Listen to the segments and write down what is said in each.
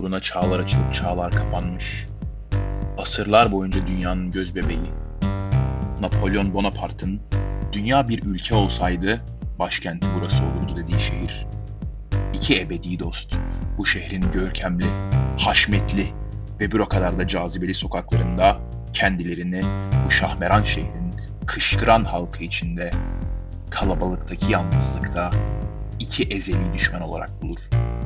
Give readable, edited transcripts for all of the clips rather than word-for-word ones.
uğruna çağlar açılıp çağlar kapanmış. Asırlar boyunca dünyanın göz bebeği. Napolyon Bonaparte'ın dünya bir ülke olsaydı başkenti burası olurdu dediği şehir. İki ebedi dost bu şehrin görkemli, haşmetli ve bir o kadar da cazibeli sokaklarında kendilerini bu şahmeran şehrin kışkıran halkı içinde, kalabalıktaki yalnızlıkta iki ezeli düşman olarak bulur.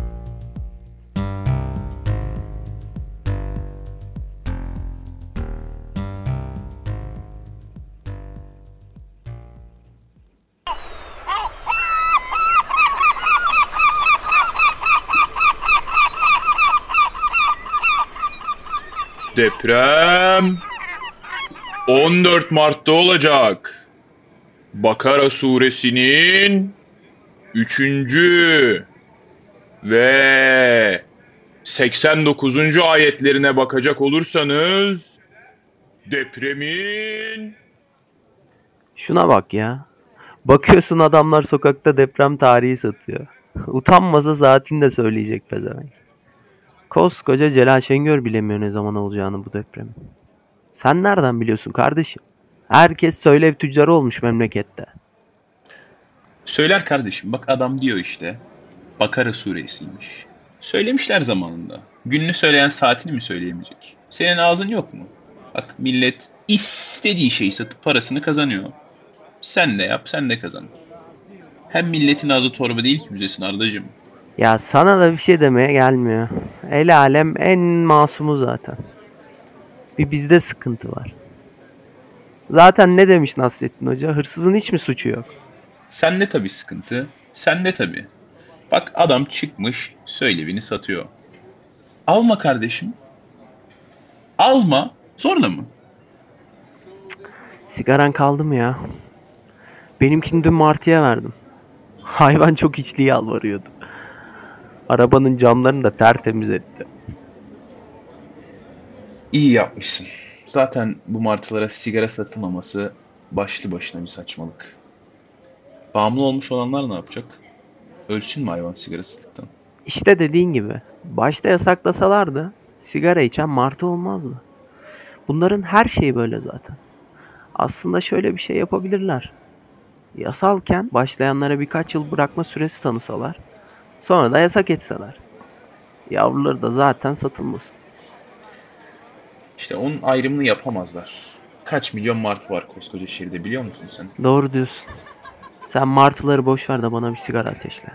Deprem 14 Mart'ta olacak. Bakara suresinin 3. ve 89. ayetlerine bakacak olursanız depremin... Şuna bak ya. Bakıyorsun adamlar sokakta deprem tarihi satıyor. Utanmasa saatini de söyleyecek pezevenk. Koskoca Celal Şengör bilemiyor ne zaman olacağını bu depremin. Sen nereden biliyorsun kardeşim? Herkes söylev tüccarı olmuş memlekette. Söyler kardeşim, bak adam diyor işte. Bakara suresiymiş. Söylemişler zamanında. Gününü söyleyen saatini mi söyleyemeyecek? Senin ağzın yok mu? Bak millet istediği şeyi satıp parasını kazanıyor. Sen de yap, sen de kazan. Hem milletin ağzı torba değil ki müzesin Ardacığım. Ya sana da bir şey demeye gelmiyor. El alem en masumu zaten. Bir bizde sıkıntı var. Zaten ne demiş Nasrettin Hoca? Hırsızın hiç mi suçu yok? Sende tabii sıkıntı. Sende tabii. Bak adam çıkmış söylevini satıyor. Alma kardeşim. Alma. Zorla mı? Sigaran kaldı mı ya? Benimkini dün Martı'ya verdim. Hayvan çok içli yalvarıyordu. Arabanın camlarını da tertemiz etti. İyi yapmışsın. Zaten bu martılara sigara satılmaması başlı başına bir saçmalık. Bağımlı olmuş olanlar ne yapacak? Ölsün mü hayvan sigarasızlıktan? İşte dediğin gibi. Başta yasaklasalardı sigara içen Martı olmazdı. Bunların her şeyi böyle zaten. Aslında şöyle bir şey yapabilirler. Yasalken başlayanlara birkaç yıl bırakma süresi tanısalar. Sonra da yasak etseler. Yavruları da zaten satılmasın. İşte onun ayrımını yapamazlar. Kaç milyon martı var koskoca şehirde biliyor musun sen? Doğru diyorsun. Sen martıları boş ver de bana bir sigara ateşle.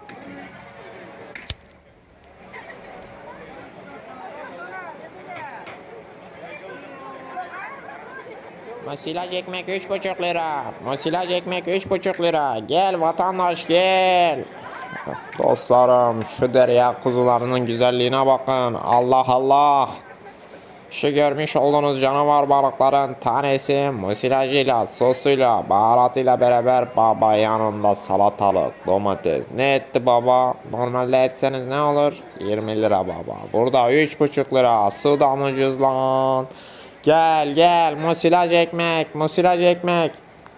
Musilaj ekmek 3,5 lira. Musilaj ekmek 3,5 lira. Gel vatandaş gel. Dostlarım şu derya kuzularının güzelliğine bakın. Allah Allah. Şu görmüş olduğunuz canavar balıkların tanesi musilajıyla, sosuyla, baharatıyla beraber baba yanında salatalık, domates. Ne etti baba? Normalde etseniz ne olur? 20 lira baba. Burada 3,5 lira. Sudan ucuz lan. Gel gel musilaj ekmek, musilaj ekmek.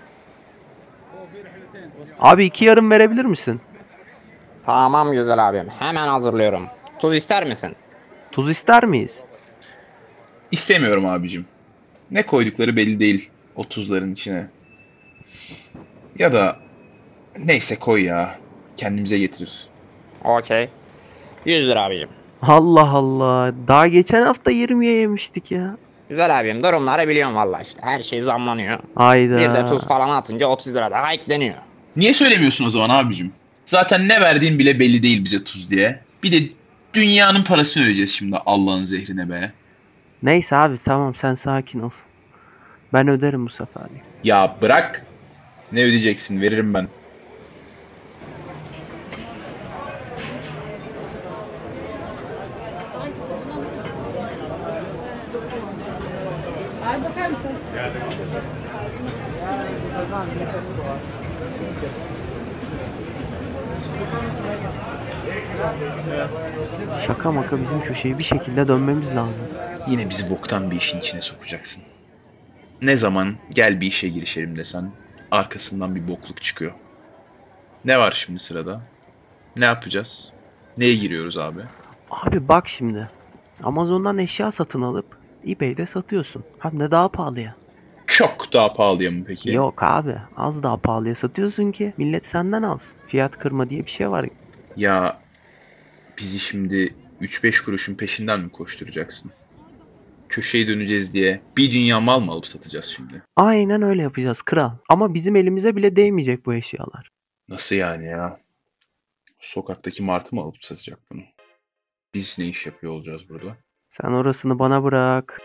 Abi 2 yarım verebilir misin? Tamam güzel abim, hemen hazırlıyorum. Tuz ister misin? Tuz ister miyiz? İstemiyorum abicim. Ne koydukları belli değil o tuzların içine. Ya da neyse koy ya. Kendimize getirir. Okey. 100 lira abicim. Allah Allah. Daha geçen hafta 20'ye yemiştik ya. Güzel abim, durumları biliyorum vallahi işte. Her şey zamlanıyor. Hayda. Bir de tuz falan atınca 30 lira daha ekleniyor. Niye söylemiyorsun o zaman abicim? Zaten ne verdiğin bile belli değil bize tuz diye. Bir de dünyanın parasını ödeyeceğiz şimdi Allah'ın zehrine be. Neyse abi tamam sen sakin ol. Ben öderim bu sefer. Ya bırak. Ne ödeyeceksin veririm ben. Şaka maka bizim köşeyi bir şekilde dönmemiz lazım. Yine bizi boktan bir işin içine sokacaksın. Ne zaman gel bir işe girişelim desen arkasından bir bokluk çıkıyor. Ne var şimdi sırada? Ne yapacağız? Neye giriyoruz abi? Abi bak şimdi. Amazon'dan eşya satın alıp eBay'de satıyorsun. Hem de daha pahalıya. Çok daha pahalıya mı peki? Yok abi, az daha pahalıya satıyorsun ki millet senden alsın. Fiyat kırma diye bir şey var. Ya bizi şimdi 3-5 kuruşun peşinden mi koşturacaksın? Köşeyi döneceğiz diye bir dünya mal mı alıp satacağız şimdi? Aynen öyle yapacağız kral. Ama bizim elimize bile değmeyecek bu eşyalar. Nasıl yani ya? Sokaktaki martı mı alıp satacak bunu? Biz ne iş yapıyor olacağız burada? Sen orasını bana bırak.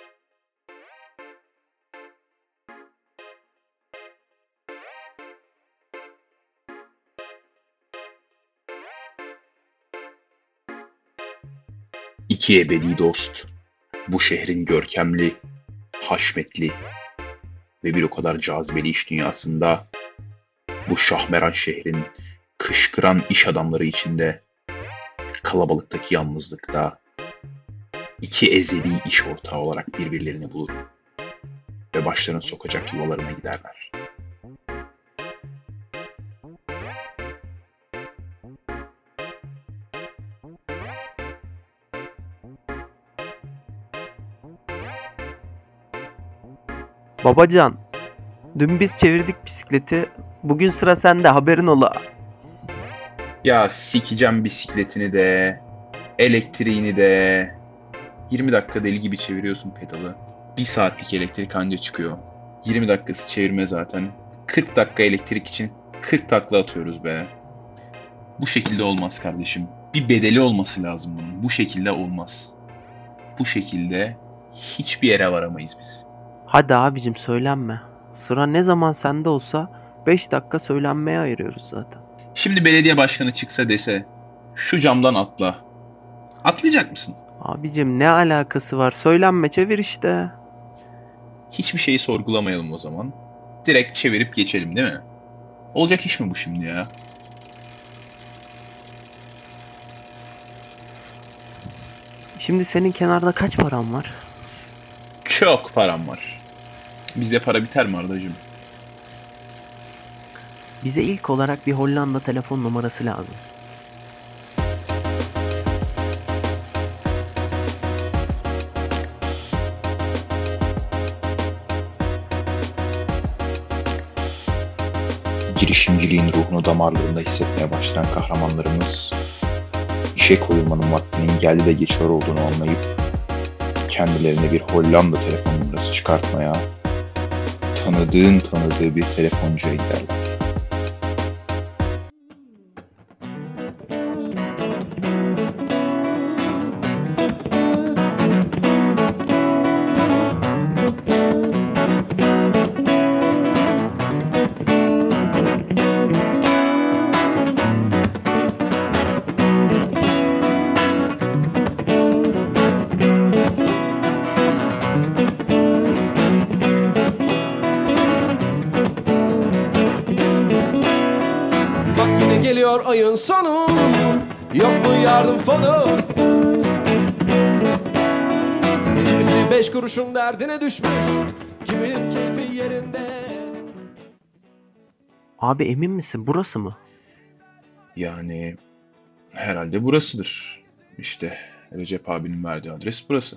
İki ebedi dost. Bu şehrin görkemli, haşmetli ve bir o kadar cazibeli iş dünyasında bu şahmeran şehrin kışkıran iş adamları içinde kalabalıktaki yalnızlıkta iki ezeli iş ortağı olarak birbirlerini bulur ve başlarını sokacak yuvalarına giderler. Babacan, dün biz çevirdik bisikleti. Bugün sıra sende, haberin ola. Ya sikeceğim bisikletini de, elektriğini de. 20 dakika deli gibi çeviriyorsun pedalı. 1 saatlik elektrik anca çıkıyor. 20 dakikası çevirme zaten. 40 dakika elektrik için 40 takla atıyoruz be. Bu şekilde olmaz kardeşim. Bir bedeli olması lazım bunun. Bu şekilde olmaz. Bu şekilde hiçbir yere varamayız biz. Hadi abicim söylenme. Sıra ne zaman sende olsa 5 dakika söylenmeye ayırıyoruz zaten. Şimdi belediye başkanı çıksa dese şu camdan atla. Atlayacak mısın? Abicim ne alakası var? Söylenme, çevir işte. Hiçbir şeyi sorgulamayalım o zaman. Direkt çevirip geçelim değil mi? Olacak iş mi bu şimdi ya? Şimdi senin kenarda kaç paran var? Çok param var. Bizde para biter mi Ardacığım? Bize ilk olarak bir Hollanda telefon numarası lazım. Girişimciliğin ruhunu damarlarında hissetmeye başlayan kahramanlarımız işe koyulmanın vaktinin geldi de geçiyor olduğunu anlayıp kendilerine bir Hollanda telefon numarası çıkartmaya tanıdığı bir telefoncuya giderler. Bak yine geliyor ayın sonu. Yok mu yardım fonu? Kimisi 5 kuruşun derdine düşmüş, kiminin keyfi yerinde. Abi emin misin, burası mı? Yani herhalde burasıdır. İşte Recep abinin verdiği adres burası.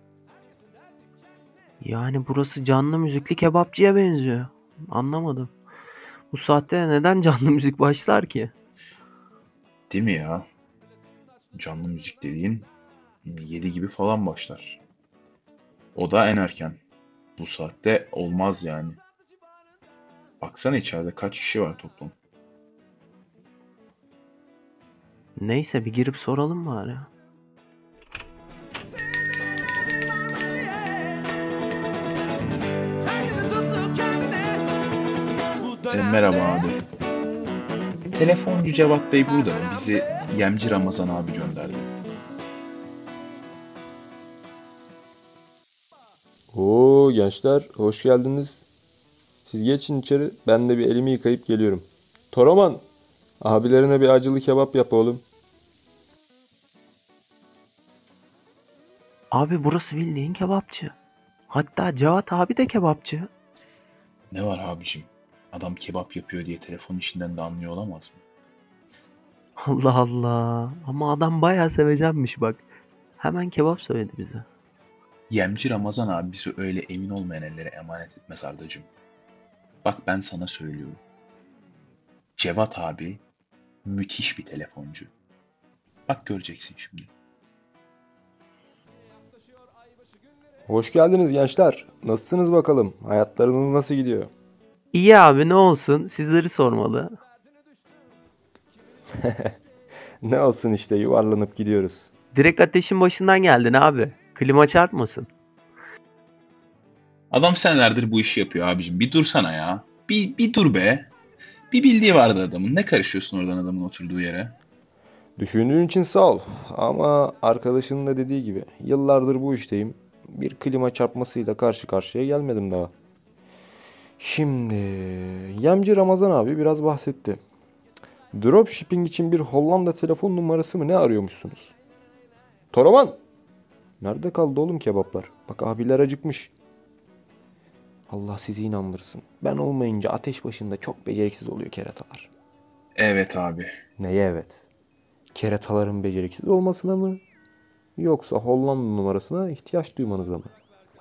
Yani burası canlı müzikli kebapçıya benziyor. Anlamadım. Bu saatte neden canlı müzik başlar ki? Değil mi ya? Canlı müzik dediğin 7 gibi falan başlar. O da en erken. Bu saatte olmaz yani. Baksana içeride kaç kişi var toplam. Neyse bir girip soralım bari. Merhaba abi. Telefoncu Cevat Bey burada. Bizi Yemci Ramazan abi gönderdi. Oo gençler hoş geldiniz. Siz geçin içeri, ben de bir elimi yıkayıp geliyorum. Toraman, abilerine bir acılı kebap yap oğlum. Abi burası bildiğin kebapçı. Hatta Cevat abi de kebapçı. Ne var abicim? Adam kebap yapıyor diye telefon işinden de anlıyor olamaz mı? Allah Allah. Ama adam bayağı sevecenmiş bak. Hemen kebap söyledi bize. Yemci Ramazan abi bizi öyle emin olmayan ellere emanet etmez Ardacığım. Bak ben sana söylüyorum. Cevat abi müthiş bir telefoncu. Bak göreceksin şimdi. Hoş geldiniz gençler. Nasılsınız bakalım? Hayatlarınız nasıl gidiyor? İyi abi, ne olsun, sizleri sormalı. Ne olsun işte, yuvarlanıp gidiyoruz. Direkt ateşin başından geldin abi. Klima çarpmasın. Adam senelerdir bu işi yapıyor abicim. Bir dursana ya. Bir dur be. Bir bildiği vardı adamın. Ne karışıyorsun oradan adamın oturduğu yere? Düşündüğün için sağ ol. Ama arkadaşının da dediği gibi yıllardır bu işteyim. Bir klima çarpmasıyla karşı karşıya gelmedim daha. Şimdi Yemci Ramazan abi biraz bahsetti. Dropshipping için bir Hollanda telefon numarası mı ne arıyormuşsunuz? Toraman! Nerede kaldı oğlum kebaplar? Bak abiler acıkmış. Allah sizi inandırsın. Ben olmayınca ateş başında çok beceriksiz oluyor keratalar. Evet abi. Neye evet? Kerataların beceriksiz olmasına mı? Yoksa Hollanda numarasına ihtiyaç duymanıza mı?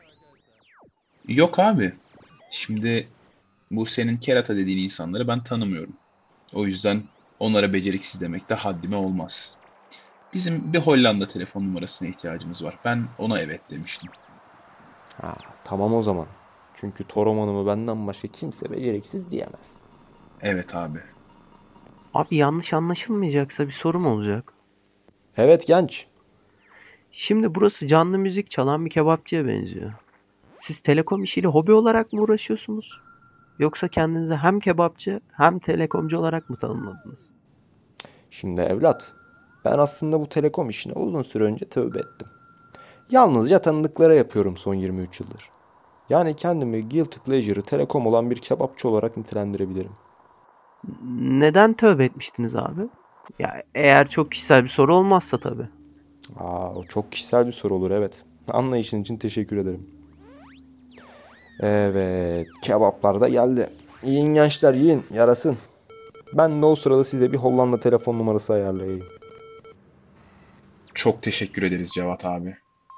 Yok abi. Şimdi bu senin kerata dediğin insanları ben tanımıyorum. O yüzden onlara beceriksiz demek de haddime olmaz. Bizim bir Hollanda telefon numarasına ihtiyacımız var. Ben ona evet demiştim. Ha, tamam o zaman. Çünkü Toroman'ımı benden başka kimse beceriksiz diyemez. Evet abi. Abi yanlış anlaşılmayacaksa bir sorum olacak. Evet genç. Şimdi burası canlı müzik çalan bir kebapçıya benziyor. Siz telekom işiyle hobi olarak mı uğraşıyorsunuz? Yoksa kendinizi hem kebapçı hem telekomcu olarak mı tanımladınız? Şimdi evlat, ben aslında bu telekom işine uzun süre önce tövbe ettim. Yalnızca tanıdıklara yapıyorum son 23 yıldır. Yani kendimi guilty pleasure'ı telekom olan bir kebapçı olarak nitelendirebilirim. Neden tövbe etmiştiniz abi? Ya eğer çok kişisel bir soru olmazsa tabii. O çok kişisel bir soru olur evet. Anlayışın için teşekkür ederim. Evet, kebaplar da geldi. Yiyin gençler yiyin, yarasın. Ben de o sırada size bir Hollanda telefon numarası ayarlayayım. Çok teşekkür ederiz Cevat abi.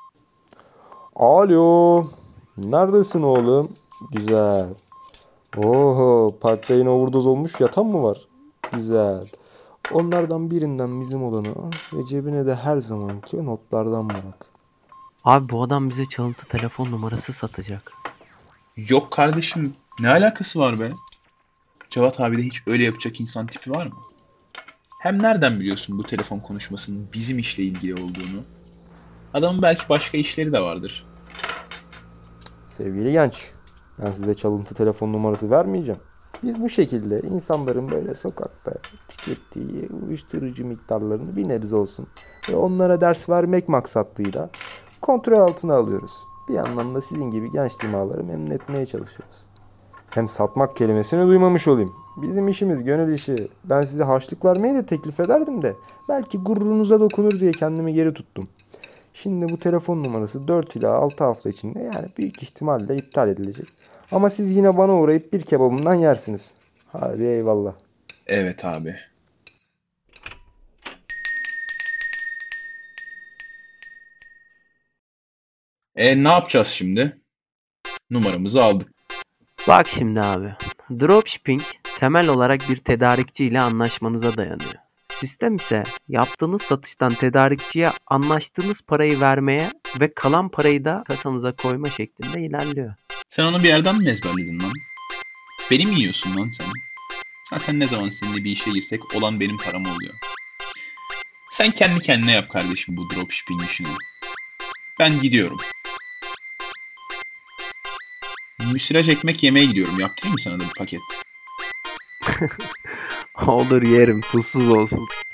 Alo, neredesin oğlum? Güzel. Oho, parkta yine overdose olmuş yatan mı var? Güzel. Onlardan birinden bizim olanı al ve cebine de her zamanki notlardan bırak. Abi bu adam bize çalıntı telefon numarası satacak. Yok kardeşim. Ne alakası var be? Cevat abi de hiç öyle yapacak insan tipi var mı? Hem nereden biliyorsun bu telefon konuşmasının bizim işle ilgili olduğunu? Adamın belki başka işleri de vardır. Sevgili genç, ben size çalıntı telefon numarası vermeyeceğim. Biz bu şekilde insanların böyle sokakta tükettiği uyuşturucu miktarlarını bir nebze olsun ve onlara ders vermek maksatlığıyla kontrol altına alıyoruz. Bir yandan da sizin gibi genç dimağları memnun etmeye çalışıyoruz. Hem satmak kelimesini duymamış olayım. Bizim işimiz gönül işi. Ben size harçlık vermeyi de teklif ederdim de belki gururunuza dokunur diye kendimi geri tuttum. Şimdi bu telefon numarası 4 ila 6 hafta içinde yani büyük ihtimalle iptal edilecek. Ama siz yine bana uğrayıp bir kebabımdan yersiniz. Hadi eyvallah. Evet abi. Ne yapacağız şimdi? Numaramızı aldık. Bak şimdi abi. Dropshipping temel olarak bir tedarikçi ile anlaşmanıza dayanıyor. Sistem ise yaptığınız satıştan tedarikçiye anlaştığınız parayı vermeye ve kalan parayı da kasanıza koyma şeklinde ilerliyor. Sen onu bir yerden mi ezberledin lan? Beni mi yiyorsun lan sen? Zaten ne zaman seninle bir işe girsek olan benim param oluyor. Sen kendi kendine yap kardeşim bu dropshipping işini. Ben gidiyorum. Müsilaj ekmek yemeye gidiyorum. Yaptırayım mı sana da bir paket? Olur, yerim, tuzsuz olsun.